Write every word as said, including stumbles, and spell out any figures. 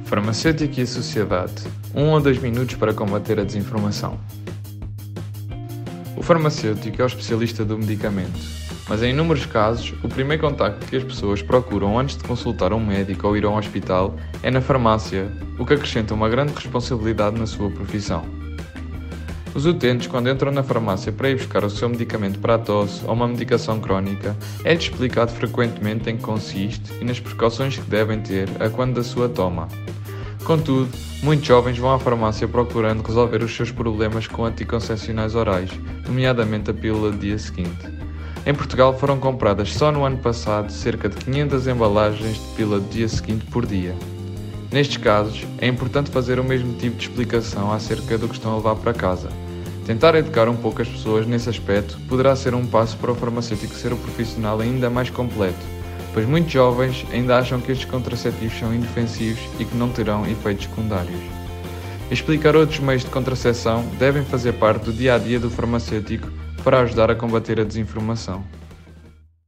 Farmacêutico e a sociedade. Um ou dois minutos para combater a desinformação. O farmacêutico é o especialista do medicamento, mas em inúmeros casos, o primeiro contacto que as pessoas procuram antes de consultar um médico ou ir a um hospital é na farmácia, o que acrescenta uma grande responsabilidade na sua profissão. Os utentes, quando entram na farmácia para ir buscar o seu medicamento para a tosse ou uma medicação crónica, é-lhes explicado frequentemente em que consiste e nas precauções que devem ter a quando da sua toma. Contudo, muitos jovens vão à farmácia procurando resolver os seus problemas com anticoncepcionais orais, nomeadamente a pílula do dia seguinte. Em Portugal foram compradas só no ano passado cerca de quinhentas embalagens de pílula do dia seguinte por dia. Nestes casos, é importante fazer o mesmo tipo de explicação acerca do que estão a levar para casa. Tentar educar um pouco as pessoas nesse aspecto poderá ser um passo para o farmacêutico ser um profissional ainda mais completo, pois muitos jovens ainda acham que estes contraceptivos são indefensivos e que não terão efeitos secundários. Explicar outros meios de contracepção devem fazer parte do dia a dia do farmacêutico para ajudar a combater a desinformação.